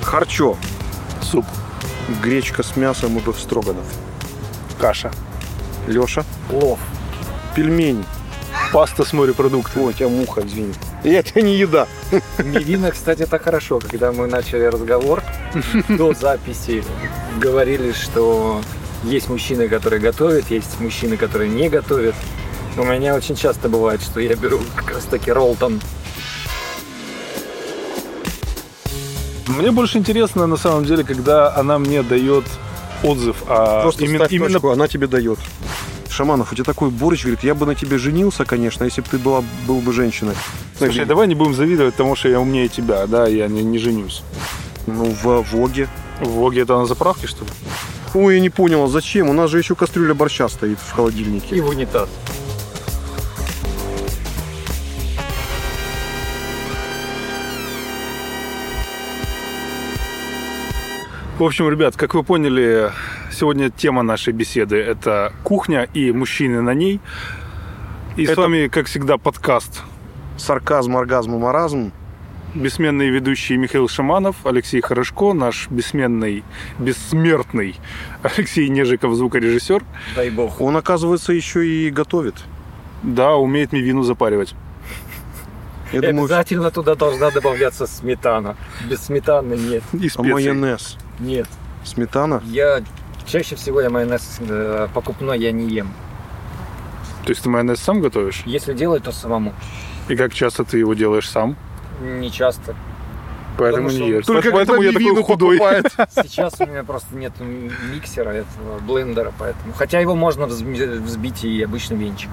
Харчо. Суп. Гречка с мясом и бефстроганов. Каша. Леша. Плов. Пельмени. Паста с морепродуктами. О, у тебя муха, извини. И это не еда. Мивина, кстати, это хорошо. Когда мы начали разговор до записи, говорили, что есть мужчины, которые готовят, есть мужчины, которые не готовят. У меня очень часто бывает, что я беру как раз таки Ролтон. Мне больше интересно, на самом деле, когда она мне дает отзыв о... Просто ставь точку, она тебе дает. Шаманов, у тебя такой Борыч, говорит, я бы на тебе женился, конечно, если бы ты был бы женщиной. Слушай, давай не будем завидовать тому, что я умнее тебя, да, я не женюсь. Ну, в Воге. В Воге это на заправке, что ли? Ой, я не понял, зачем? У нас же еще кастрюля борща стоит в холодильнике. И в унитаз. В общем, ребят, как вы поняли, сегодня тема нашей беседы – это кухня и мужчины на ней. И с вами, как всегда, подкаст «Сарказм, оргазм и маразм». Бессменные ведущие Михаил Шаманов, Алексей Хорошко, наш бессменный, бессмертный Алексей Нежиков, звукорежиссер. Дай бог. Он, оказывается, еще и готовит. Да, умеет мивину запаривать. Я думаю, обязательно туда должна добавляться сметана. Без сметаны нет. И а специи. майонез? Нет. Сметана? Чаще всего я майонез покупной я не ем. То есть ты майонез сам готовишь? Если делать, то самому. И как часто ты его делаешь сам? Не часто. Поэтому Потому не что ешь. Только Поэтому я такой худой. Сейчас у меня просто нет миксера, этого блендера, поэтому. Хотя его можно взбить и обычным венчиком.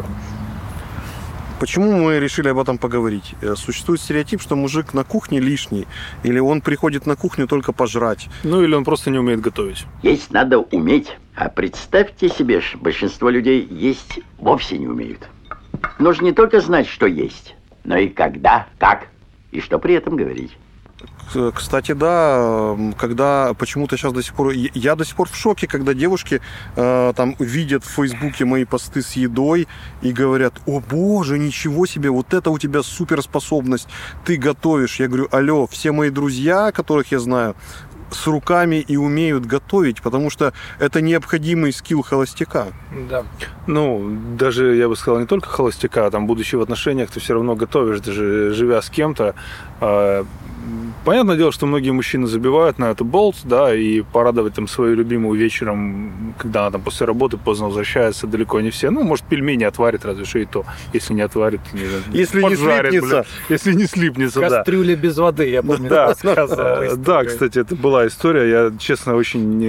Почему мы решили об этом поговорить? Существует стереотип, что мужик на кухне лишний, или он приходит на кухню только пожрать. Ну или он просто не умеет готовить. Есть надо уметь. А представьте себе, большинство людей есть вовсе не умеют. Нужно не только знать, что есть, но и когда, как и что при этом говорить. Кстати, да, когда почему-то сейчас до сих пор... Я до сих пор в шоке, когда девушки там видят в Фейсбуке мои посты с едой и говорят: о боже, ничего себе, вот это у тебя суперспособность, ты готовишь. Я говорю: алло, все мои друзья, которых я знаю, с руками и умеют готовить, потому что это необходимый скилл холостяка. Да. Ну, даже, я бы сказал, не только холостяка, там, будучи в отношениях, ты все равно готовишь, даже живя с кем-то. Понятное дело, что многие мужчины забивают на это болт, да, и порадовать там свою любимую вечером, когда она там после работы поздно возвращается, далеко не все. Ну, может, пельмени отварит, разве что и то. Если не отварит, если поджарит, не слипнется. Если не слипнется, да. Кастрюля без воды, я помню. Да, рассказывал. да, кстати, это была история. Я, честно, очень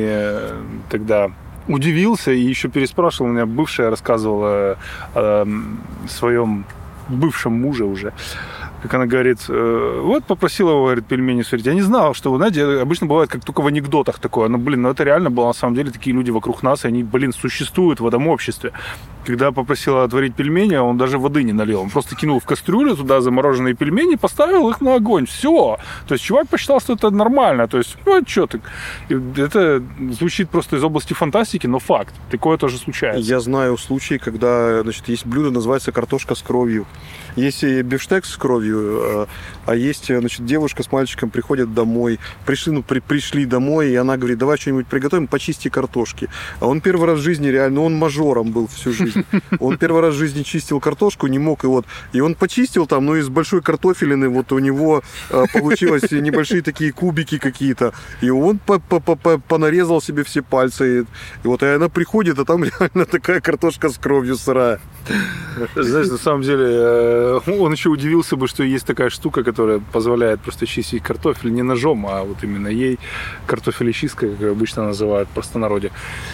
тогда удивился и еще переспрашивал. У меня бывшая рассказывала о своем бывшем муже уже. Как она говорит, вот попросила его, говорит, пельмени сварить. Я не знал, что, вы знаете, обычно бывает как только в анекдотах такое. Но, ну это реально было, на самом деле, такие люди вокруг нас, и они, существуют в этом обществе. Когда попросила отварить пельмени, он даже воды не налил. Он просто кинул в кастрюлю туда замороженные пельмени, поставил их на огонь. Все. То есть чувак посчитал, что это нормально. То есть, ну, что ты. Это звучит просто из области фантастики, но факт. Такое тоже случается. Я знаю случаи, когда, значит, есть блюдо, называется картошка с кровью. Есть бифштекс с кровью, а есть, значит, девушка с мальчиком приходят домой, пришли домой, и она говорит: давай что-нибудь приготовим, почисти картошки. А он первый раз в жизни реально, он мажором был всю жизнь. Он первый раз в жизни чистил картошку, не мог, и он почистил там, но из большой картофелины вот у него получилось небольшие такие кубики какие-то, и он понарезал себе все пальцы, и вот и она приходит, а там реально такая картошка с кровью сырая. Знаешь, на самом деле, он еще удивился бы, что есть такая штука, которая позволяет просто чистить картофель не ножом, а вот именно ей картофелечисткой, как обычно называют в простонародье.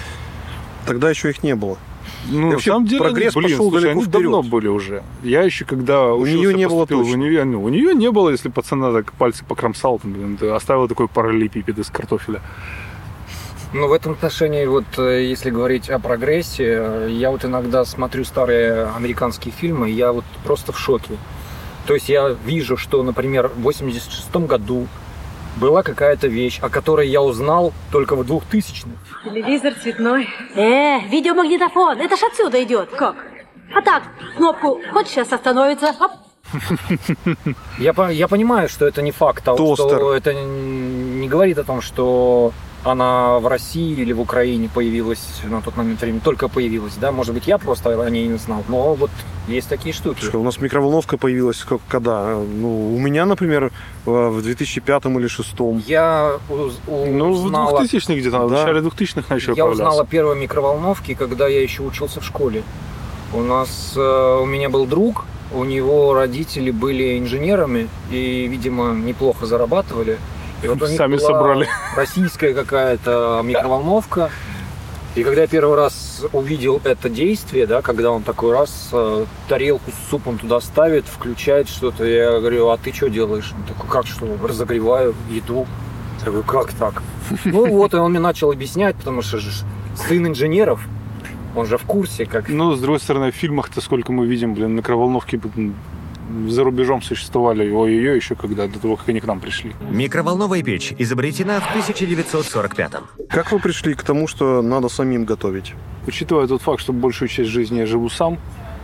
Тогда еще их не было. Ну, на самом деле, прогресс пошел слушай, далеко они вперед. давно были уже. Я еще когда у учился, нее не было поступил в точно. универ, у нее не было, если пацана так пальцы покромсал, там, оставил такой параллелепипед из картофеля. Ну, в этом отношении, вот если говорить о прогрессе, я вот иногда смотрю старые американские фильмы, и я вот просто в шоке. То есть я вижу, что, например, в 1986 году была какая-то вещь, о которой я узнал только в 2000-х. Телевизор цветной. Видеомагнитофон, это ж отсюда идет. Как? А так, кнопку, хоть сейчас остановится. Оп. Я понимаю, что это не факт, а Тостер. что это не не говорит о том, что она в России или в Украине появилась на тот момент времени, только появилась, да, может быть, я просто о ней не знал, но вот есть такие штуки. Что, у нас микроволновка появилась когда? Ну, у меня, например, в 2005 или 2006. Я узнала... в 2000-х где-то, в начале 2000-х начали Я появляться. узнал о первой микроволновке, когда я еще учился в школе. У меня был друг, у него родители были инженерами и, видимо, неплохо зарабатывали. И вот у них Сами была собрали. российская какая-то микроволновка. И когда я первый раз увидел это действие, да, когда он такой раз тарелку с супом туда ставит, включает что-то, я говорю, а ты что делаешь? Он такой, как что? Разогреваю еду. Я говорю, как так? Ну вот, и он мне начал объяснять, потому что же сын инженеров, он же в курсе, как... Ну, с другой стороны, в фильмах-то сколько мы видим, микроволновки за рубежом существовали, ой-ой-ой, еще когда, до того, как они к нам пришли. Микроволновая печь изобретена в 1945-м. Как вы пришли к тому, что надо самим готовить? Учитывая тот факт, что большую часть жизни я живу сам,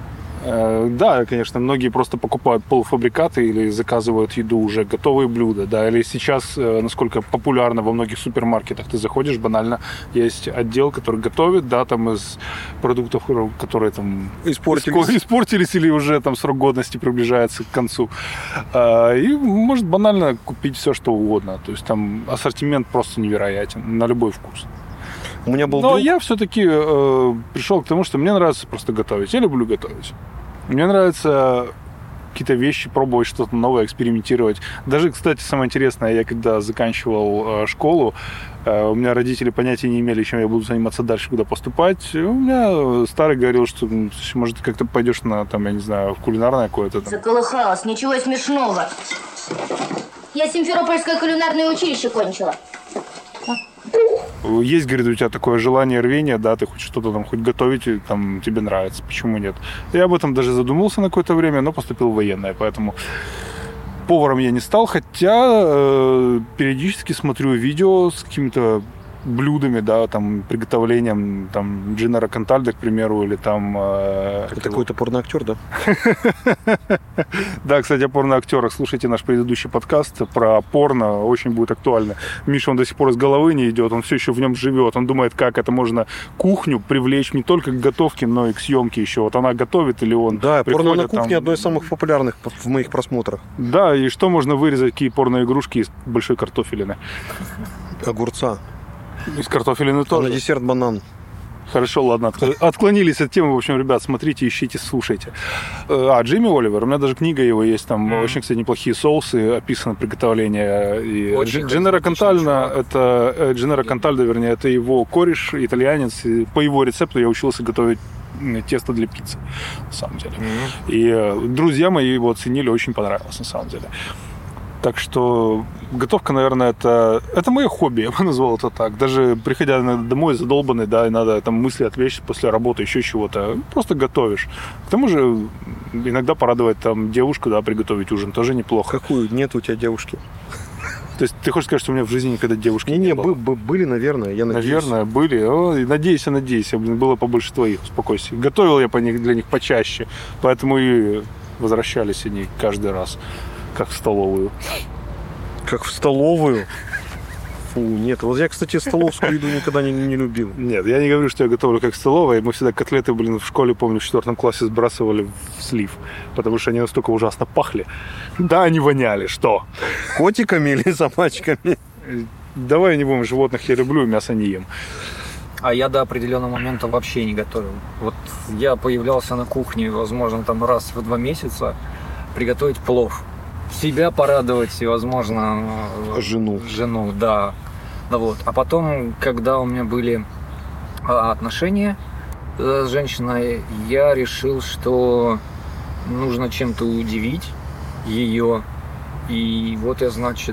да, конечно, многие просто покупают полуфабрикаты или заказывают еду уже, готовые блюда, да, или сейчас, насколько популярно во многих супермаркетах, ты заходишь, банально, есть отдел, который готовит, да, там из продуктов, которые там испортились или уже там срок годности приближается к концу, и может банально купить все, что угодно, то есть там ассортимент просто невероятен, на любой вкус. У меня был Но друг... я все-таки пришел к тому, что мне нравится просто готовить. Я люблю готовить. Мне нравится какие-то вещи, пробовать что-то новое, экспериментировать. Даже, кстати, самое интересное, я когда заканчивал школу, у меня родители понятия не имели, чем я буду заниматься дальше, куда поступать. У меня старый говорил, что, может, ты как-то пойдешь на, там, я не знаю, кулинарное какое-то. Заколыхалась, ничего смешного. Я Симферопольское кулинарное училище кончила. Есть, говорит, у тебя такое желание, рвение, да, ты хочешь что-то там хоть готовить, и там тебе нравится, почему нет? Я об этом даже задумался на какое-то время, но поступил в военное, поэтому поваром я не стал, хотя периодически смотрю видео с какими-то блюдами, да, там, приготовлением, там, Дженнера Контальда, к примеру, или там... Это какой-то порноактер, да? Да, кстати, о порноактерах. Слушайте наш предыдущий подкаст про порно, очень будет актуально. Миша, он до сих пор из головы не идет, он все еще в нем живет, он думает, как это можно кухню привлечь не только к готовке, но и к съемке еще. Вот она готовит или он Да, порно на кухне там... одно из самых популярных в моих просмотрах. Да, и что можно вырезать, какие порноигрушки из большой картофелины? Огурца. Из картофелины А тоже. на десерт банан. Хорошо, ладно, отклонились от темы. В общем, ребят, смотрите, ищите, слушайте. Джимми Оливер, у меня даже книга его есть, там очень, кстати, неплохие соусы, описано приготовление. И Дженнера Контальда, вернее, это его кореш, итальянец, и по его рецепту я учился готовить тесто для пиццы, на самом деле. И друзья мои его оценили, очень понравилось, на самом деле. Так что готовка, наверное, это мое хобби, я бы назвал это так. Даже приходя домой задолбанный, да, и надо там мысли отвлечься после работы, еще чего-то, просто готовишь. К тому же иногда порадовать там девушку, да, приготовить ужин тоже неплохо. Какую? Нет у тебя девушки? То есть ты хочешь сказать, что у меня в жизни никогда девушки не было? Были, наверное, я надеюсь. Наверное, были. Ой, надеюсь, было побольше твоих, успокойся. Готовил я для них почаще, поэтому и возвращались они каждый раз. Как в столовую. Как в столовую? Фу, нет. Вот я, кстати, столовскую еду никогда не любил. Нет, я не говорю, что я готовлю как столовая. Мы всегда котлеты, в школе, помню, в 4 классе сбрасывали в слив. Потому что они настолько ужасно пахли. Да, они воняли. Что? Котиками или собачками? Давай не будем животных, я люблю, мясо не ем. А я до определенного момента вообще не готовил. Вот я появлялся на кухне, возможно, там раз в 2 месяца приготовить плов. Себя порадовать и, возможно, жену, да. Вот. А потом, когда у меня были отношения с женщиной, я решил, что нужно чем-то удивить ее. И вот я, значит,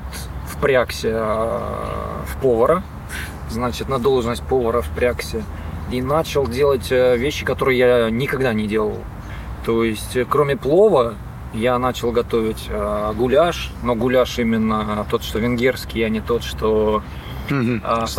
впрягся в повара, значит, на должность повара впрягся и начал делать вещи, которые я никогда не делал. То есть, кроме плова, я начал готовить гуляш, но гуляш именно тот, что венгерский, а не тот, что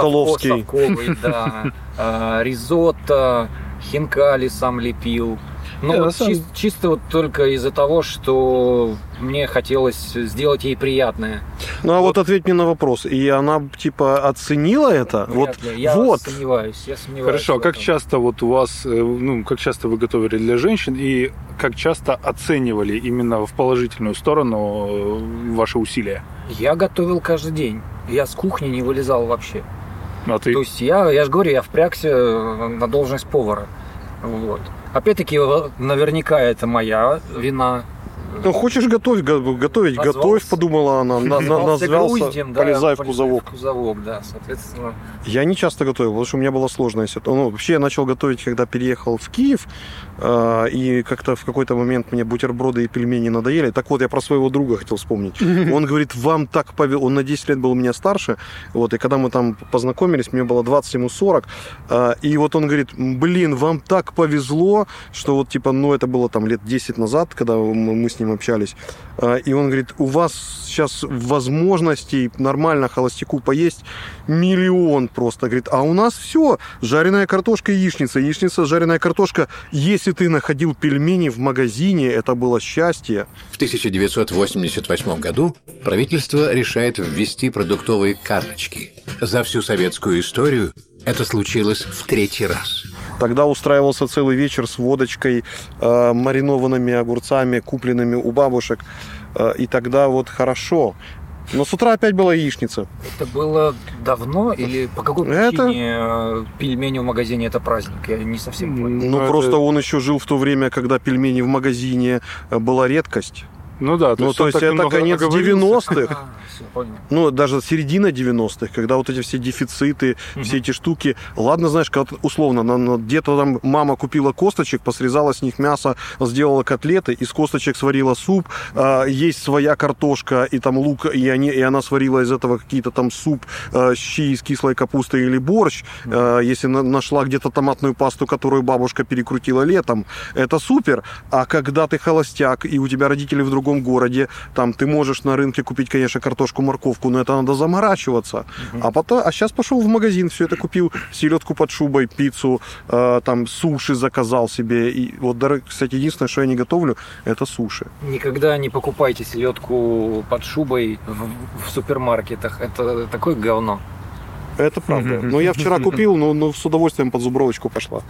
столовский. совковый, да. Ризотто, хинкали сам лепил. Ну, вот чисто вот только из-за того, что мне хотелось сделать ей приятное. Ну, а вот ответь мне на вопрос. И она, типа, оценила это? Вряд ли. Я сомневаюсь. Хорошо, а как часто вот у вас, как часто вы готовили для женщин и как часто оценивали именно в положительную сторону ваши усилия? Я готовил каждый день. Я с кухни не вылезал вообще. А ты? То есть я же говорю, я впрягся на должность повара. Вот. Опять-таки, наверняка это моя вина. Ну, хочешь готовить, готовь, подумала она. Назвался, полезай в кузовок. Да, соответственно. Я не часто готовил, потому что у меня была сложная ситуация. Ну, вообще, я начал готовить, когда переехал в Киев, и как-то в какой-то момент мне бутерброды и пельмени надоели. Так вот, я про своего друга хотел вспомнить. Он говорит, вам так повезло. Он на 10 лет был у меня старше, вот, и когда мы там познакомились, мне было 20, ему 40, и вот он говорит, блин, вам так повезло, что вот, типа, ну, это было там лет 10 назад, когда мы с ним общались, и он говорит, у вас сейчас возможностей нормально холостяку поесть миллион просто, говорит, а у нас все, жареная картошка и яичница, жареная картошка, если ты находил пельмени в магазине, это было счастье. В 1988 году правительство решает ввести продуктовые карточки. За всю советскую историю это случилось в 3-й раз. Тогда устраивался целый вечер с водочкой, маринованными огурцами, купленными у бабушек. И тогда вот хорошо. Но с утра опять была яичница. Это было давно или по какой причине пельмени в магазине это праздник? Я не совсем понял. Ну, просто он еще жил в то время, когда пельмени в магазине была редкость. Ну да, то есть это конец 90-х. Ну, даже середина 90-х, когда вот эти все дефициты, все эти штуки. Ладно, знаешь, когда, условно, где-то там мама купила косточек, посрезала с них мясо, сделала котлеты, из косточек сварила суп, есть своя картошка и там лук, и она сварила из этого какие-то там суп, щи из кислой капусты или борщ. Если нашла где-то томатную пасту, которую бабушка перекрутила летом, это супер. А когда ты холостяк, и у тебя родители в другом городе, там ты можешь на рынке купить, конечно, картошку, морковку, но это надо заморачиваться. А сейчас пошел в магазин, все это купил, селедку под шубой, пиццу, там суши заказал себе. И вот, кстати, единственное, что я не готовлю, это суши. Никогда не покупайте селедку под шубой в супермаркетах. Это такое говно. Это правда. Но я вчера купил, но с удовольствием под зубровочку пошла.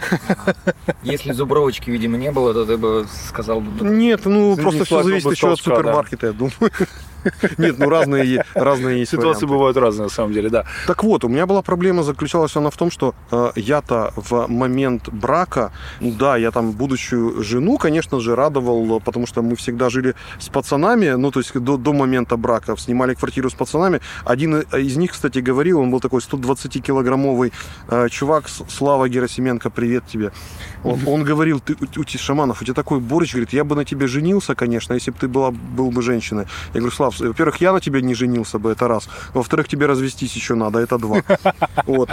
Если зубровочки, видимо, не было, то ты бы сказал бы... Нет, просто все зависит еще от супермаркета, я думаю. Нет, разные есть ситуации бывают разные, на самом деле, да. Так вот, у меня была проблема, заключалась она в том, что я-то в момент брака, да, я там будущую жену, конечно же, радовал, потому что мы всегда жили с пацанами, ну, то есть до момента брака, снимали квартиру с пацанами. Один из них, кстати, говорил, он был такой 120-килограммовый чувак, Слава Герасименко, привет тебе. Он говорил, Шаманов, у тебя такой борщ, говорит, я бы на тебе женился, конечно, если бы ты был бы женщиной. Я говорю, Слав, во-первых, я на тебя не женился бы, это раз. Во-вторых, тебе развестись еще надо, это два. Вот.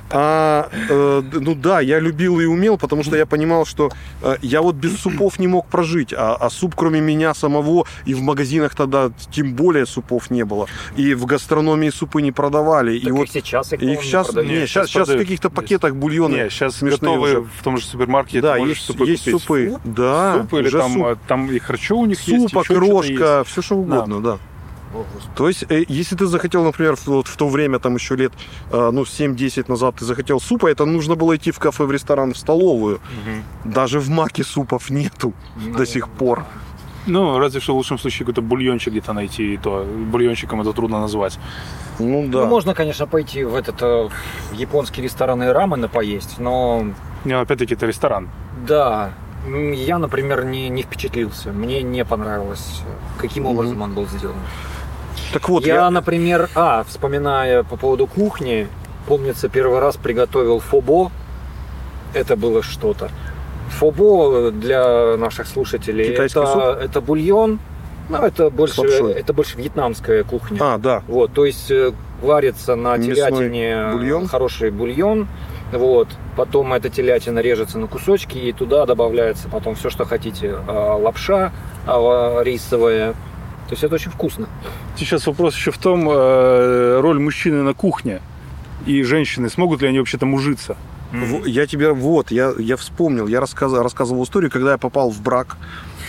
Ну да, я любил и умел, потому что я понимал, что я вот без супов не мог прожить, а суп, кроме меня самого, и в магазинах тогда тем более супов не было. И в гастрономии супы не продавали. Так и вот сейчас их сейчас в каких-то пакетах бульоны. Нет, сейчас готовы в том же супермаркете. Да, есть супы. Да, супы или там и харчо у них есть. Супа, крошка, все что угодно, да. То есть, если ты захотел, например, вот в то время, там еще лет 7-10 назад, ты захотел супа, это нужно было идти в кафе, в ресторан, в столовую. Даже в Маке супов нету до сих пор. Ну, разве что в лучшем случае какой-то бульончик где-то найти, и то бульончиком это трудно назвать. Ну да. Ну, можно, конечно, пойти в в японский ресторан и рамены поесть, но... Не, опять-таки, это ресторан. Да. Я, например, не впечатлился. Мне не понравилось, каким образом он был сделан. Так вот, я, например, вспоминая по поводу кухни, помнится, первый раз приготовил фобо. Это было что-то. Фобо для наших слушателей это бульон. Ну, это больше вьетнамская кухня. Да. Вот, то есть варится на телятине хороший бульон. Вот. Потом эта телятина режется на кусочки, и туда добавляется потом все, что хотите. Лапша рисовая. То есть это очень вкусно. Сейчас вопрос еще в том, роль мужчины на кухне и женщины, смогут ли они вообще там ужиться? Я тебе... Вот, я вспомнил. Я рассказывал историю, когда я попал в брак.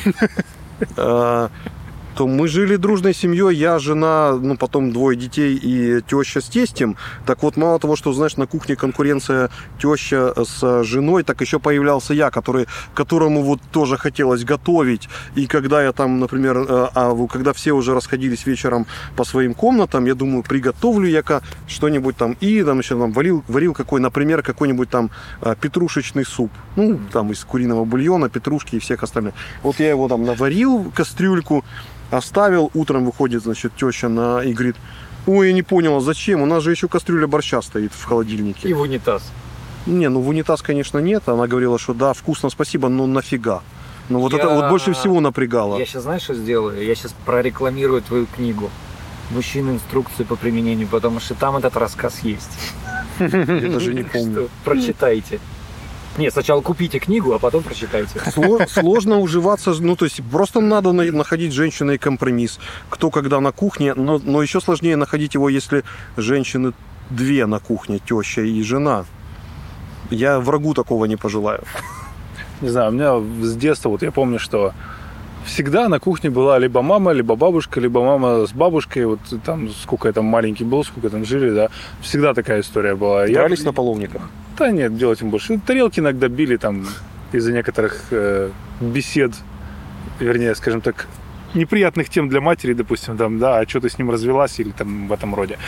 То мы жили дружной семьей, я, жена, потом 2 детей и теща с тестем. Так вот, мало того, что, знаешь, на кухне конкуренция теща с женой, так еще появлялся я, которому вот тоже хотелось готовить. И когда я там, например, когда все уже расходились вечером по своим комнатам, я думаю, приготовлю я-ка что-нибудь там. И там еще варил например, какой-нибудь там петрушечный суп. Там из куриного бульона, петрушки и всех остальных. Вот я его там наварил, кастрюльку, оставил, утром выходит, значит, теща и говорит: ой, я не поняла, зачем? У нас же еще кастрюля борща стоит в холодильнике. И в унитаз. Не, в унитаз, конечно, нет. Она говорила, что да, вкусно, спасибо, но нафига. Это вот больше всего напрягало. Я сейчас, знаешь, что сделаю? Я сейчас прорекламирую твою книгу «Мужчина. Инструкции по применению», потому что там этот рассказ есть. Я даже не помню. Прочитайте. Нет, сначала купите книгу, а потом прочитайте. Сложно уживаться, то есть просто надо находить с женщиной компромисс. Кто когда на кухне, но еще сложнее находить его, если женщины 2 на кухне, теща и жена. Я врагу такого не пожелаю. Не знаю, у меня с детства, я помню, что всегда на кухне была либо мама, либо бабушка, либо мама с бабушкой. Вот там, сколько я там маленький был, сколько там жили, да. Всегда такая история была. Дрались на половниках? Да нет, делать им больше. Тарелки иногда били там из-за некоторых бесед, вернее, скажем так, неприятных тем для матери, допустим, там, да, а что ты с ним развелась или там в этом роде.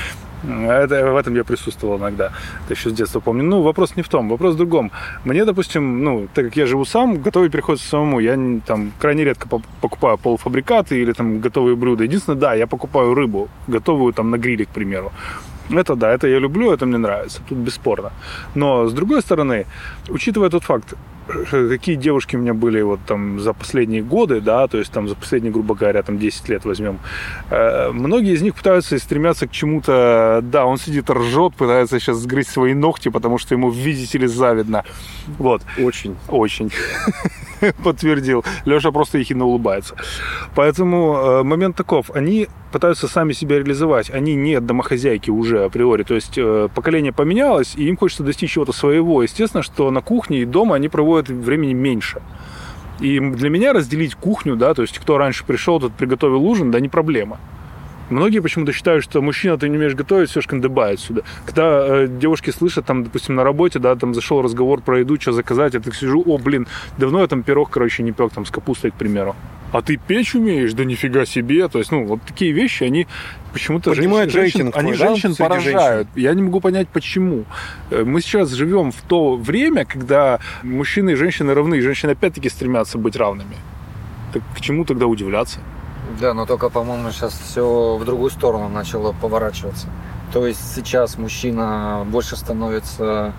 В этом я присутствовал иногда. Это еще с детства помню. Вопрос не в том, вопрос в другом. Мне, допустим, так как я живу сам, готовить приходится самому. Я там крайне редко покупаю полуфабрикаты или там готовые блюда. Единственное, да, я покупаю рыбу, готовую там на гриле, к примеру. Это я люблю, это мне нравится, тут бесспорно. Но, с другой стороны, учитывая тот факт, какие девушки у меня были вот там за последние годы, да, то есть там за последние, грубо говоря, там 10 лет возьмем, многие из них пытаются и стремятся к чему-то, да, он сидит, ржет, пытается сейчас сгрызть свои ногти, потому что ему, видите ли, завидно. Вот. Очень. Подтвердил. Леша просто ехидно улыбается. Поэтому момент таков. Они пытаются сами себя реализовать. Они не домохозяйки уже априори. То есть поколение поменялось, и им хочется достичь чего-то своего. Естественно, что на кухне и дома они проводят времени меньше. И для меня разделить кухню, да, то есть кто раньше пришел, тот приготовил ужин, да, не проблема. Многие почему-то считают, что мужчина, ты не умеешь готовить, все шкандыбай отсюда. Когда девушки слышат, там, допустим, на работе, да, там зашел разговор про еду, что заказать, я так сижу, давно я там пирог, не пек, там, с капустой, к примеру. А ты печь умеешь? Да нифига себе. То есть, вот такие вещи, они почему-то женщин поражают. Я не могу понять, почему. Мы сейчас живем в то время, когда мужчины и женщины равны, и женщины опять-таки стремятся быть равными. Так к чему тогда удивляться? Да, но только, по-моему, сейчас все в другую сторону начало поворачиваться. То есть сейчас мужчина больше становится,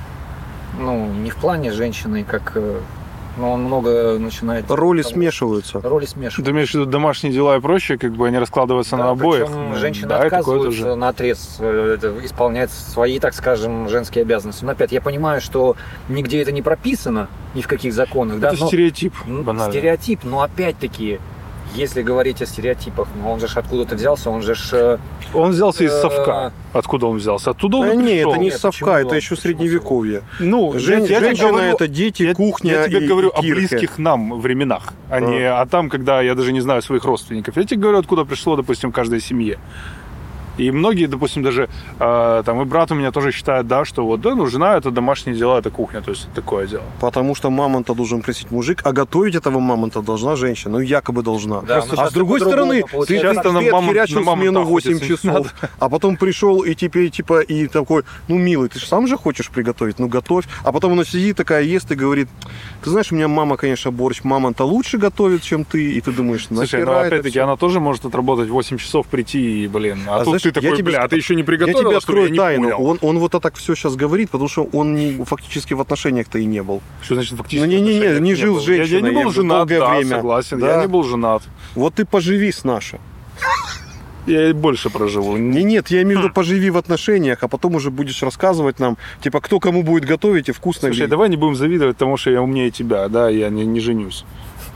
не в плане женщины, как... он много начинает... Роли смешиваются. Ты имеешь в виду домашние дела и прочее, они раскладываются на обоих? Женщины отказываются наотрез исполнять свои, так скажем, женские обязанности. Но опять, я понимаю, что нигде это не прописано, ни в каких законах. Это стереотип, банально. Стереотип, но опять-таки... Если говорить о стереотипах, он же откуда-то взялся, он же... Он взялся из совка. Откуда он взялся? Оттуда он пришел. Нет, это не из совка, это еще средневековье. Женщина – это дети, кухня. Я тебе говорю о близких нам временах, а там, когда я даже не знаю своих родственников. Я тебе говорю, откуда пришло, допустим, в каждой семье. И многие, допустим, даже и брат у меня тоже считает, да, что жена – это домашние дела, это кухня, то есть такое дело. Потому что мамонта должен просить мужик, а готовить этого мамонта должна женщина, якобы должна. Да, а с другой стороны, ты херячил смену 8 часов, а потом пришел и теперь, и такой, милый, ты же сам же хочешь приготовить, готовь. А потом она сидит такая, ест и говорит, ты знаешь, у меня мама, конечно, борщ мамонта лучше готовит, чем ты, и ты думаешь, слушай, опять-таки, она тоже может отработать 8 часов прийти и, а тут ты такой, ты еще не приготовил, я тебе открою тайну. Он вот так все сейчас говорит, потому что он фактически в отношениях-то и не был. Что значит фактически? Не жил с женщиной. Я не был женат, долгое время. Согласен, я не был женат. Вот ты поживи с нашей. Я и больше проживу. Нет, я имею в виду поживи в отношениях, а потом уже будешь рассказывать нам, кто кому будет готовить и вкусно. Слушай, давай не будем завидовать тому, что я умнее тебя, да, я не женюсь.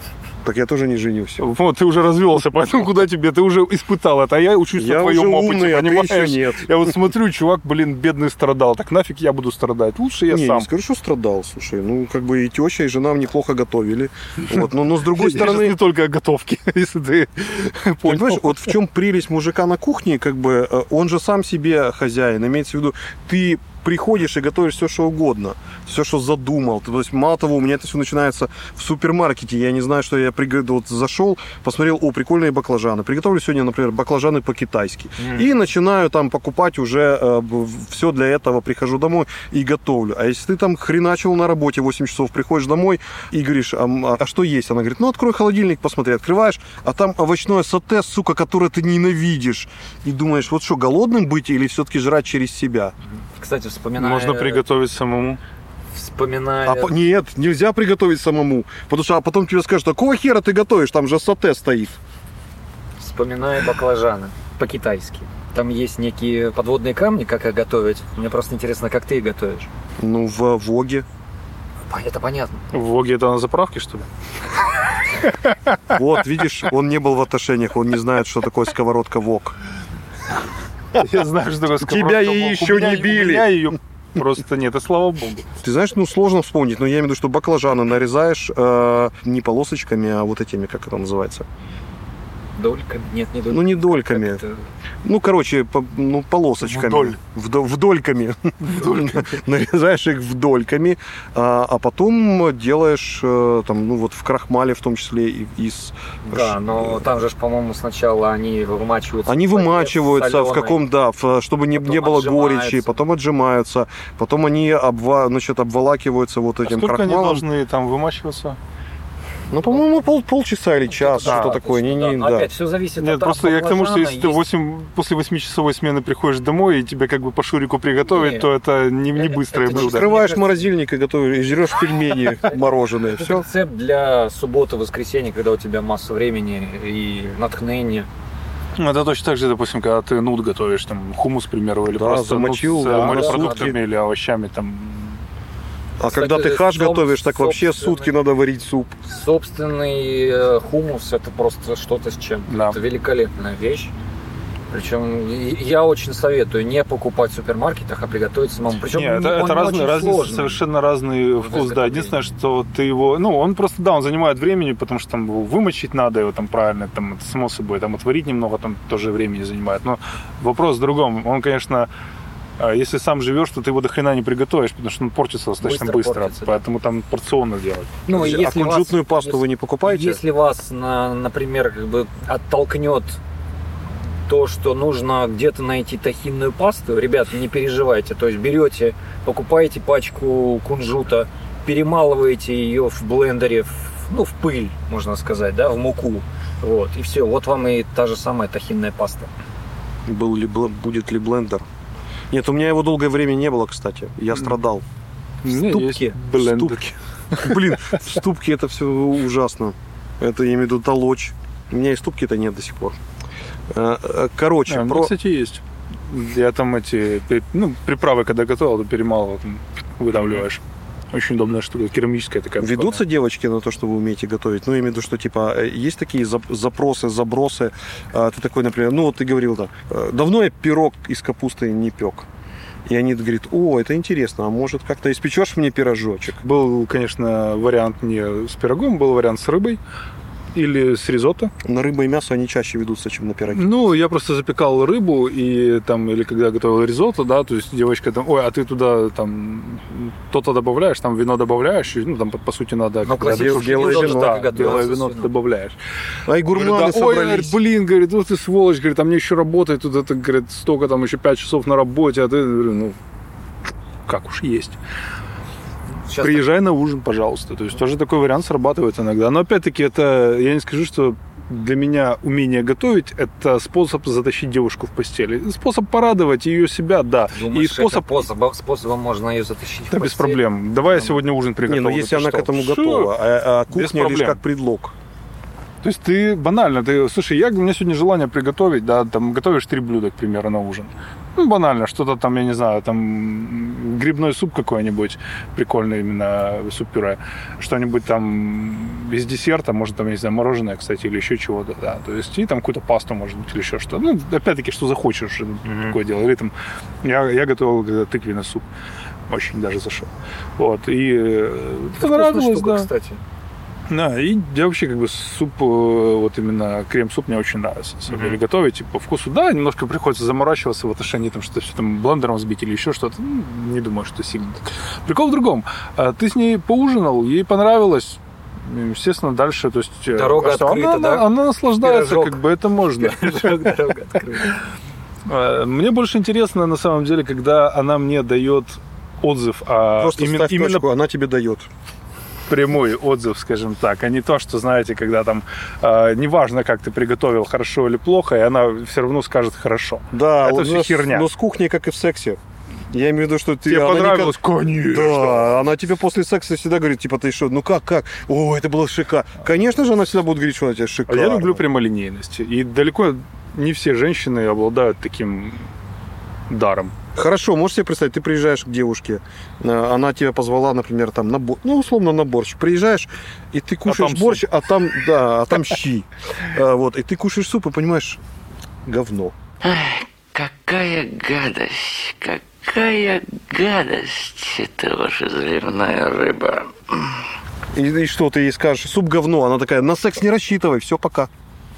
Так я тоже не женился. Вот, ты уже развелся, поэтому куда тебе? Ты уже испытал это, а я учусь на твоем опыте, умный, понимаешь? А ты еще нет. Я вот смотрю, чувак, блин, бедный страдал. Так нафиг я буду страдать? Лучше я сам. Не скажу, что страдал, слушай. Ну, как бы и теща, и жена неплохо готовили. Вот, но с другой стороны... Не только о готовке, если ты понял. Понимаешь, вот в чем прелесть мужика на кухне, как бы он же сам себе хозяин. Имеется в виду, ты приходишь и готовишь все, что угодно, все, что задумал. То есть, мало того, у меня это все начинается в супермаркете. Я не знаю, что я вот зашел, посмотрел, прикольные баклажаны. Приготовлю сегодня, например, баклажаны по-китайски. И начинаю там покупать уже все для этого. Прихожу домой и готовлю. А если ты там хреначил на работе 8 часов, приходишь домой и говоришь, а что есть? Она говорит, ну, открой холодильник, посмотри. Открываешь, а там овощное соте, сука, которое ты ненавидишь. И думаешь, вот что, голодным быть или все-таки жрать через себя? Кстати, вспоминаю... Можно приготовить самому. Вспоминаю... Нет, нельзя приготовить самому. Потому что потом тебе скажут, какого хера ты готовишь? Там же соте стоит. Вспоминаю баклажаны по-китайски. Там есть некие подводные камни, как их готовить. Мне просто интересно, как ты их готовишь. Ну, в Воге. Это понятно. В Воге это на заправке, что ли? Вот, видишь, он не был в отношениях, он не знает, что такое сковородка Вог. Я знаю, что такое сковородка. Тебя и еще не били. У меня ее просто нет, и слава богу. Ты знаешь, ну сложно вспомнить, но я имею в виду, что баклажаны нарезаешь не полосочками, а вот этими, как это называется? Дольками? Нет, не дольками. Ну, не дольками. Ну, короче, полосочками. Вдольками. Нарезаешь их вдольками, а потом делаешь там, ну, вот в крахмале в том числе из... Да, но там же, по-моему, сначала они вымачиваются. Они вымачиваются в каком, да, чтобы не было горечи, потом отжимаются, потом они обволакиваются вот этим крахмалом. крахмалом. Сколько они должны там вымачиваться? Ну, по-моему, полчаса или час, что-то такое. Да. Опять все зависит Нет, от просто я к тому, что если ты после 8-часовой смены приходишь домой и тебе как бы по шурику приготовить, то это не быстрое блюдо. Открываешь морозильник и готовишь, и жрешь пельмени мороженые. Это все. рецепт для субботы-воскресенья, когда у тебя масса времени и натхнения. Это точно так же, допустим, когда ты нут готовишь, там, хумус, к примеру, или просто замочил, с морепродуктами или овощами, там. А кстати, когда ты хаш готовишь, так вообще сутки надо варить суп. Собственный хумус – это просто что-то с чем. Да. Это великолепная вещь. Причем я очень советую не покупать в супермаркетах, а приготовить самому. Причем это разные, совершенно разный вкус. Да, единственное, что ты его, ну, он просто, да, он занимает времени, потому что там его вымочить надо, его там правильно, там, это само собой, там отварить немного, там тоже времени занимает. Но вопрос в другом. Он, конечно, если сам живешь, то ты его до хрена не приготовишь, потому что он портится достаточно быстро. Поэтому там порционно делать. Ну, а кунжутную пасту вы не покупаете? Если вас, например, как бы оттолкнет то, что нужно где-то найти тахинную пасту, ребят, не переживайте. То есть берете, покупаете пачку кунжута, перемалываете ее в блендере, в пыль, можно сказать, да, в муку. Вот, и все. Вот вам и та же самая тахинная паста. Будет ли блендер? Нет, у меня его долгое время не было, кстати. Я страдал. Ступки. Блин, ступки это все ужасно. Это, я имею в виду, толочь. У меня и ступки-то нет до сих пор. Короче, кстати, есть. Я там приправы, когда готовил, то перемалывал, выдавливаешь. Очень удобная штука, керамическая такая. Ведутся девочки на то, что вы умеете готовить? Ну, я имею в виду, что, типа, есть такие запросы, забросы. Ты такой, например, ну, вот ты говорил, да, давно я пирог из капусты не пек. И они говорят, это интересно, а может, как-то испечешь мне пирожочек? Был, конечно, вариант не с пирогом, был вариант с рыбой. Или с ризотто. На рыбу и мясо они чаще ведутся, чем на пироги. Ну, я просто запекал рыбу, и там, или когда готовил ризотто, да, то есть девочка там, а ты туда там то-то добавляешь, там вино добавляешь, ну, там, по сути, надо... Белое вино. Да, белое вино ты добавляешь. А и гурманы собрались. Блин, говорит, ты сволочь, говорит, а мне еще работает тут, это, говорит, столько, там, еще 5 часов на работе, а ты, ну, как уж есть. Сейчас приезжай на ужин, пожалуйста. То есть тоже такой вариант срабатывает иногда. Но опять-таки это, я не скажу, что для меня умение готовить – это способ затащить девушку в постель. Способ порадовать ее себя, да. Думаешь, и способом можно ее затащить в постель? Без проблем. Давай я сегодня ужин приготовлю. Не, но если она к этому готова, а кухня лишь как предлог. То То есть ты банально, слушай, у меня сегодня желание приготовить, да, там готовишь 3 блюда, к примеру, на ужин. Ну, банально, что-то там, я не знаю, там грибной суп какой-нибудь, прикольный именно суп-пюре, что-нибудь там из десерта, может, там, я не знаю, мороженое, кстати, или еще чего-то, да, то есть, и там какую-то пасту, может быть, или еще что-то. Ну, опять-таки, что захочешь, такое дело. Или там, я готовил тыквенный суп, очень даже зашел. Вот, и понравилось, да. Кстати. Да, и я вообще как бы суп, вот именно крем-суп мне очень нравится. На самом деле готовить, типа, по вкусу, да, немножко приходится заморачиваться в отношении там, что-то все там блендером взбить или еще что-то. Ну, не думаю, что сильно. Прикол в другом. Ты с ней поужинал, ей понравилось. Естественно, дальше, то есть... Дорога открыта, да? Она наслаждается, Пирожок. как бы это можно. Дорога открыта. Мне больше интересно, на самом деле, когда она мне дает отзыв, Просто ставь точку, она тебе дает. Прямой отзыв, скажем так, а не то, что, знаете, когда там неважно, как ты приготовил, хорошо или плохо, и она все равно скажет хорошо. Да, это все херня. Но с кухней, как и в сексе. Я имею в виду, что тебе понравилось? Конечно. Да, она тебе после секса всегда говорит, типа, ты что, ну как? О, это было шикарно. Конечно же, она всегда будет говорить, что она тебе шикарно. Я люблю прямолинейность. И далеко не все женщины обладают таким даром. Хорошо, можешь себе представить, ты приезжаешь к девушке, она тебя позвала, например, там, условно, на борщ. Приезжаешь, и ты кушаешь борщ, суп. а там щи. Вот, и ты кушаешь суп и понимаешь, говно. Какая гадость, это ваша заливная рыба. И что ты ей скажешь? Суп говно. Она такая, на секс не рассчитывай, все, пока.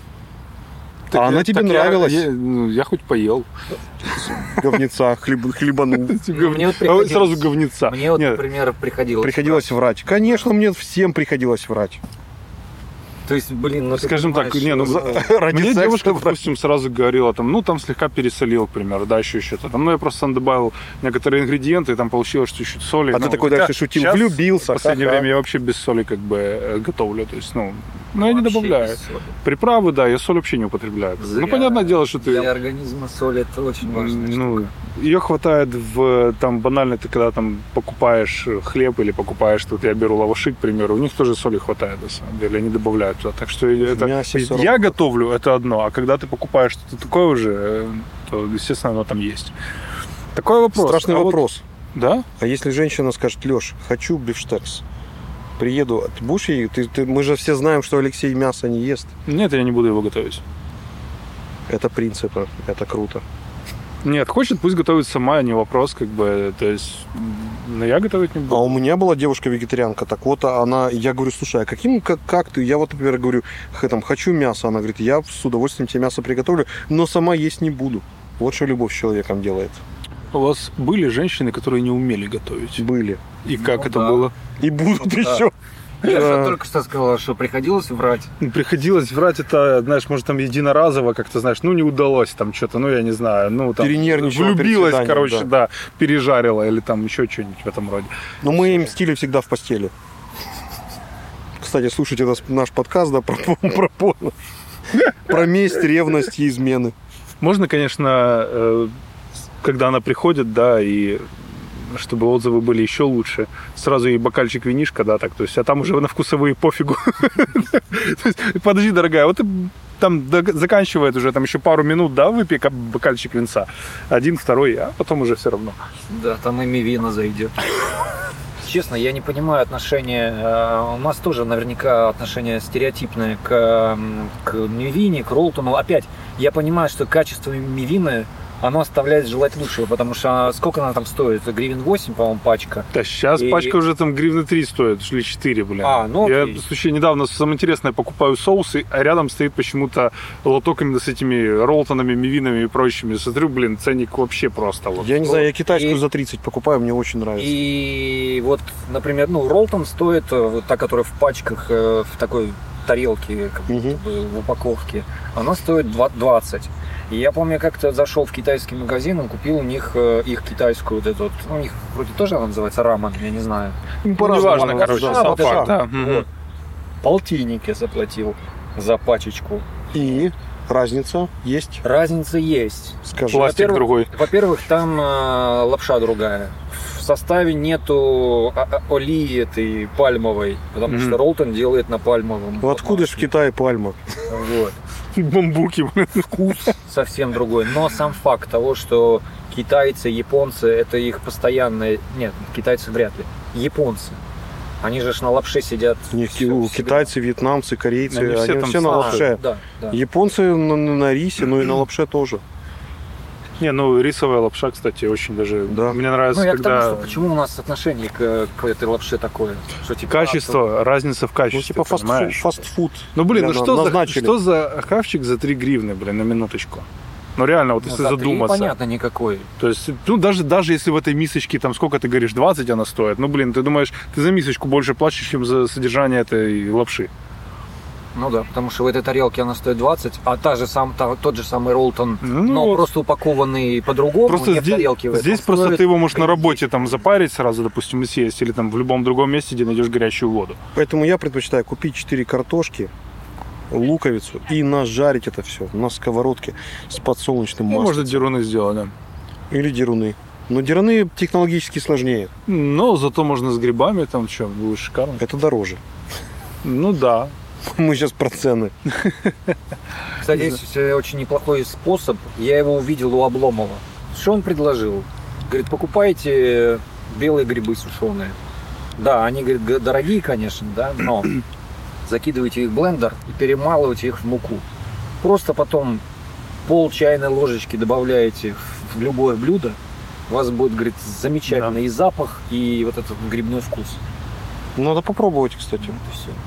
Так, она тебе нравилась. Я хоть поел. Говнеца, хлебанул. Сразу говнеца. Мне вот, например, приходилось врать. Конечно, мне всем приходилось врать. То есть, блин, ну скажем так, мне девушка, допустим, сразу говорила, там слегка пересолил, к примеру, да, еще что-то. Я просто сам добавил некоторые ингредиенты, и там получилось, что чуть соли. А ты такой дальше шутил, влюбился. В последнее время я вообще без соли как бы готовлю, то есть, я не добавляю. Приправы, да, я соль вообще не употребляю. Понятное дело, что ты... Для организма соль это очень важная штука. Ее хватает банально, ты когда там покупаешь хлеб или покупаешь, тут я беру лаваши, к примеру, у них тоже соли хватает, на самом деле, они добавляют туда. Так что я готовлю, это одно, а когда ты покупаешь что-то такое уже, то, естественно, оно там есть. Такой вопрос. Страшный вопрос. Да? А если женщина скажет, Леш, хочу бифштекс, приеду, ты будешь ей? Мы же все знаем, что Алексей мясо не ест. Нет, я не буду его готовить. Это принципы, это круто. Нет, хочет, пусть готовит сама, не вопрос, как бы, то есть, но я готовить не буду. А у меня была девушка-вегетарианка, так вот я говорю, слушай, а как ты, я вот, например, говорю, хочу мясо, она говорит, я с удовольствием тебе мясо приготовлю, но сама есть не буду. Вот что любовь с человеком делает. У вас были женщины, которые не умели готовить? Были. И как это было? И будут еще. Я же только что сказала, что приходилось врать. Приходилось врать, это, знаешь, может, там единоразово как-то, знаешь, не удалось там что-то, я не знаю, там... Перенервничала, влюбилась, короче, да, пережарила или там еще что-нибудь в этом роде. Но мы им мстили всегда в постели. Кстати, слушайте наш подкаст, да, про порно. Про месть, ревность и измены. Можно, конечно, когда она приходит, да, и... чтобы отзывы были еще лучше. Сразу ей бокальчик винишка, да, так, то есть, а там уже на вкусовые пофигу. Подожди, дорогая, вот ты там заканчивает уже там еще пару минут, да, выпей бокальчик винца. 1, 2, а потом уже все равно. Да, там и мивина зайдет. Честно, я не понимаю отношения. У нас тоже наверняка отношения стереотипные к мивине, к роллтону. Опять, я понимаю, что качество мивины оно оставляет желать лучшего, потому что сколько она там стоит? Гривен 8, по-моему, пачка. Да сейчас пачка уже там гривны 3 стоит, или 4, блин. Я, слушай, недавно, самое интересное, покупаю соусы, а рядом стоит почему-то лоток именно с этими роллтонами, мивинами и прочими. Смотрю, блин, ценник вообще просто. Я не знаю, я китайскую за 30 покупаю, мне очень нравится. И вот, например, роллтон стоит, та, которая в пачках, в такой тарелке, как будто бы в упаковке, она стоит 20. И я помню, я как-то зашел в китайский магазин и купил у них их китайскую вот эту, у них вроде тоже она называется рамен, я не знаю. Неважно, короче, сам факт, да. Полтинник я заплатил за пачечку. И разница есть? Разница есть. Скажи. Пластик другой. Во-первых, там лапша другая. составе нету олии этой пальмовой, потому что Ролтон делает на пальмовом. Ну откуда же в Китае пальма? Вот. Бамбуки. Вкус совсем другой. Но сам факт того, что китайцы, японцы, это их постоянное... Нет, китайцы вряд ли. Японцы. Они же на лапше сидят. Китайцы, вьетнамцы, корейцы, они все на на лапше. Да. Японцы на рисе, но и на лапше тоже. Не, ну рисовая лапша, кстати, очень даже... Да. Мне нравится, Ну, я когда... к тому, что почему у нас отношение к этой лапше такое? Что, типа, Качество, разница в Ну, качестве, типа понимаешь? фастфуд. Ну, блин, ну назначили. что за хавчик за 3 гривны, блин, на минуточку? Ну, реально, вот если за 3 задуматься. понятно никакой. То есть, ну, даже если в этой мисочке, там, сколько ты говоришь, 20 она стоит, ну, блин, ты думаешь, ты за мисочку больше платишь, чем за содержание этой лапши. Ну да, потому что в этой тарелке она стоит 20, а тот же самый Ролтон, но вот. просто упакованный по-другому, Просто не в тарелке в этом. здесь просто ты его можешь на работе там запарить сразу, допустим, и съесть, или там в любом другом месте, где найдешь горячую воду. Поэтому я предпочитаю купить 4 картошки, луковицу и нажарить это все на сковородке с подсолнечным Ну, маслом. можно деруны сделать, да. Или деруны. Но деруны технологически сложнее. Но зато можно с грибами, там, что, будет шикарно. Это дороже. Ну, да. Мы сейчас про цены. Кстати, есть очень неплохой способ. Я его увидел у Обломова. Что он предложил? Говорит, покупайте белые грибы сушеные. Да, они, говорит, дорогие, конечно, да, но закидывайте их в блендер и перемалывайте их в муку. Просто потом пол чайной ложечки добавляете в любое блюдо. У вас будет, говорит, замечательный и запах, и вот этот грибной вкус. Надо попробовать, кстати. Вот и все.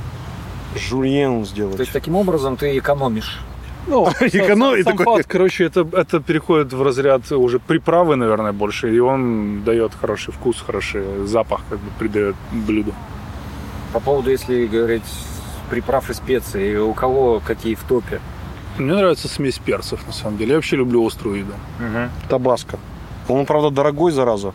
Жульен сделать. То есть таким образом ты экономишь. Ну, экономит сам такой. факт, короче, это переходит в разряд уже приправы, наверное, больше, и он дает хороший вкус, хороший запах, как бы придает блюду. По поводу, если говорить приправ и специй, у кого какие в топе? Мне нравится смесь перцев, на самом деле. Я вообще люблю острую еду. Табаско. Он, правда, дорогой, зараза.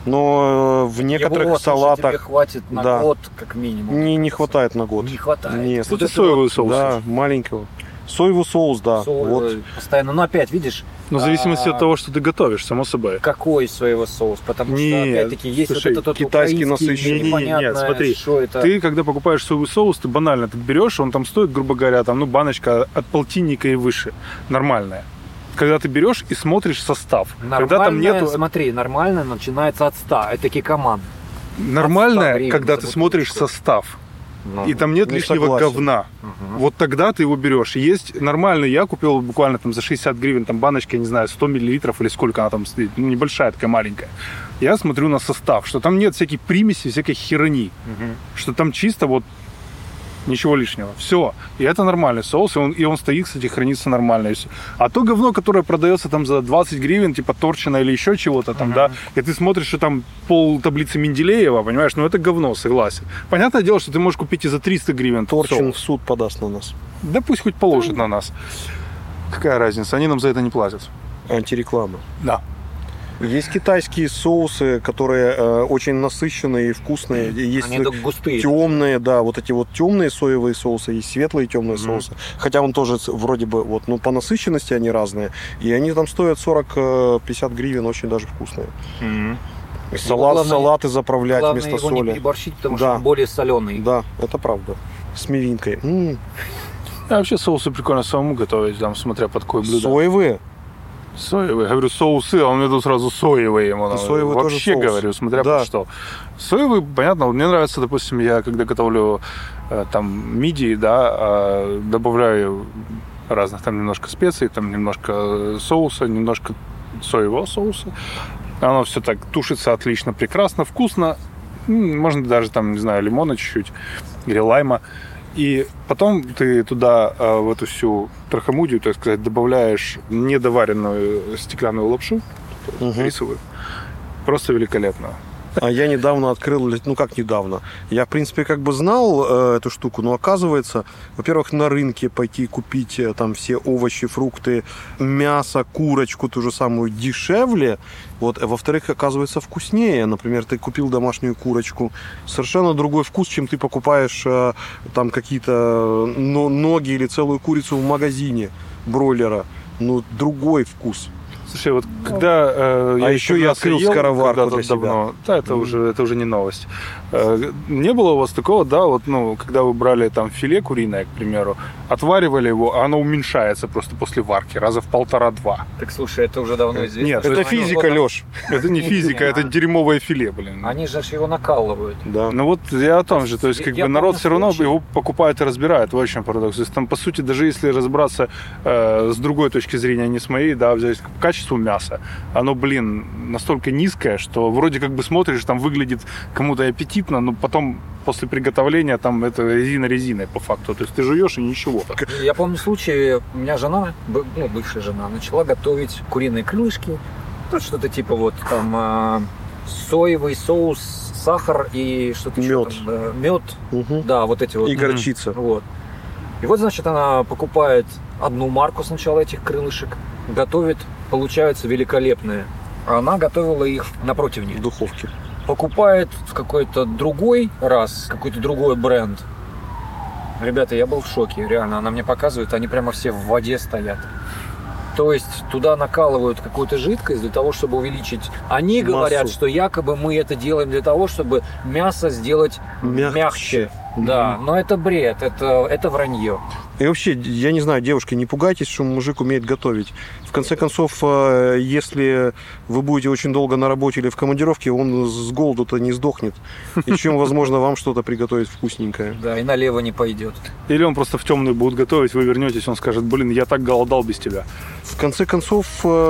Но в некоторых Его, салатах тебе хватит на да. год, как минимум. не хватает на год. Не хватает. Нет. Кстати, соевый соус. Да, маленького. Соевый соус, да. Соевый, Вот. постоянно. Но опять, видишь, Но в зависимости от того, что ты готовишь, само собой. какой соевый соус. Потому что, Нет, опять-таки, есть слушай, вот этот китайский украинский, насыщенный. непонятное, Нет, смотри, что это. Ты, когда покупаешь соевый соус, ты банально, ты берешь, он там стоит, грубо говоря, там, ну, баночка от полтинника и выше. Нормальная. Когда ты берешь и смотришь состав. Когда там нету... Смотри, нормально начинается от 100. Это кикоман. Нормальная, 100 гривен когда за ты смотришь бутылочку. состав. Ну, И там нет не лишнего согласен. говна. Вот тогда ты его берешь. Есть нормальный, я купил буквально там за 60 гривен, там баночка, я не знаю, 100 миллилитров или сколько она там стоит, ну, небольшая такая маленькая. Я смотрю на состав, что там нет всяких примесей, всякой херни, что там чисто вот ничего лишнего. Все. И это нормальный соус, и он стоит, кстати, хранится нормально. И всё. А то говно, которое продается там за 20 гривен, типа торчина или еще чего-то там, да, и ты смотришь, что там пол таблицы Менделеева, понимаешь, ну это говно, согласен. Понятное дело, что ты можешь купить и за 300 гривен Торчин соус. в суд подаст на нас. Да пусть хоть положит на нас. Какая разница, они нам за это не платят. Антиреклама. Да. Есть китайские соусы, которые очень насыщенные и вкусные. Есть Они так густые. темные, да, вот эти вот темные соевые соусы, есть светлые темные соусы. Хотя он тоже вроде бы, вот, ну, по насыщенности они разные. И они там стоят 40-50 гривен, очень даже вкусные. И салаты заправлять Главное вместо его не соли. переборщить, потому Да. что он более соленый. Да, это правда. С мивинкой. А вообще соусы прикольно самому готовить, там, смотря под какое блюдо. Соевые. Соевые. Я говорю, соусы, а он мне тут сразу соевые ему надо. соевый тоже Вообще соус. говорю, смотря Да. под что. Соевый, понятно, вот мне нравится, допустим, я когда готовлю там мидии, да, добавляю разных там немножко специй, там немножко соуса, немножко соевого соуса. Оно все так тушится отлично, прекрасно, вкусно. Можно даже там, не знаю, лимона чуть-чуть или лайма. И потом ты туда в эту всю трахамудию, так сказать, добавляешь недоваренную стеклянную лапшу, рисовую. Просто великолепно. А я недавно открыл, ну как недавно, я, в принципе, как бы знал эту штуку, но оказывается, во-первых, на рынке пойти купить там все овощи, фрукты, мясо, курочку ту же самую дешевле, вот, а во-вторых, оказывается, вкуснее. Например, ты купил домашнюю курочку, совершенно другой вкус, чем ты покупаешь там какие-то ноги или целую курицу в магазине бройлера, ну, другой вкус. Слушай, вот когда еще я открыл скороварку для себя. Да, это уже не новость. Не было у вас такого, да, вот, ну, когда вы брали там филе куриное, к примеру, отваривали его, а оно уменьшается просто после варки раза в 1,5-2. Так слушай, это уже давно известно. Нет, это физика, Леш. Это не физика, это дерьмовое филе, блин. Они же его накалывают. Да. Ну вот я о том же, то есть как бы народ все равно его покупает и разбирает, вот в чем парадокс. То есть там, по сути, даже если разобраться с другой точки зрения, не с моей, да, взять качество мяса, оно, блин, настолько низкое, что вроде как бы смотришь, там выглядит кому-то аппетитно, но потом после приготовления там это резина резиной по факту. То есть ты жуешь и ничего. Я помню случай, у меня жена, ну, бывшая жена, начала готовить куриные крылышки, ну, что-то типа вот там соевый соус, сахар и что-то мед. еще там, мед, да, вот эти вот. И горчица. Вот. И вот, значит, она покупает одну марку сначала этих крылышек, готовит, получаются великолепные. А она готовила их напротив них. В духовке. Покупает в какой-то другой раз, какой-то другой бренд. Ребята, я был в шоке, реально. Она мне показывает, они прямо все в воде стоят. То есть туда накалывают какую-то жидкость для того, чтобы увеличить. Они говорят, что якобы мы это делаем для того, чтобы мясо сделать мягче. Да, но это бред, это вранье. И вообще, я не знаю, девушки, не пугайтесь, что мужик умеет готовить. В конце концов, если вы будете очень долго на работе или в командировке, он с голоду-то не сдохнет. И чем, возможно, вам что-то приготовить вкусненькое. Да, и налево не пойдет. Или он просто в темную будет готовить, вы вернетесь, он скажет, блин, я так голодал без тебя. В конце концов...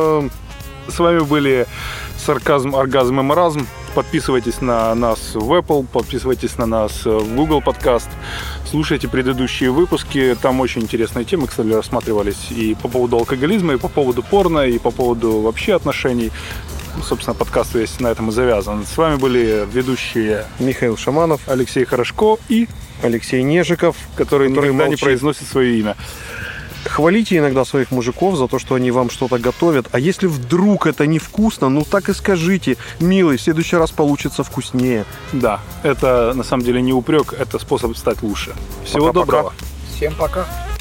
С вами были Сарказм, Оргазм и Маразм. Подписывайтесь на нас в Apple, подписывайтесь на нас в Google Podcast. Слушайте предыдущие выпуски. Там очень интересные темы, кстати, рассматривались и по поводу алкоголизма, и по поводу порно, и по поводу вообще отношений. Собственно, подкаст весь на этом и завязан. С вами были ведущие Михаил Шаманов, Алексей Хорошко и Алексей Нежиков, который никогда не произносит свое имя. Хвалите иногда своих мужиков за то, что они вам что-то готовят. А если вдруг это невкусно, ну так и скажите: милый, в следующий раз получится вкуснее. Да, это на самом деле не упрек, это способ стать лучше. Всего доброго. Всем пока.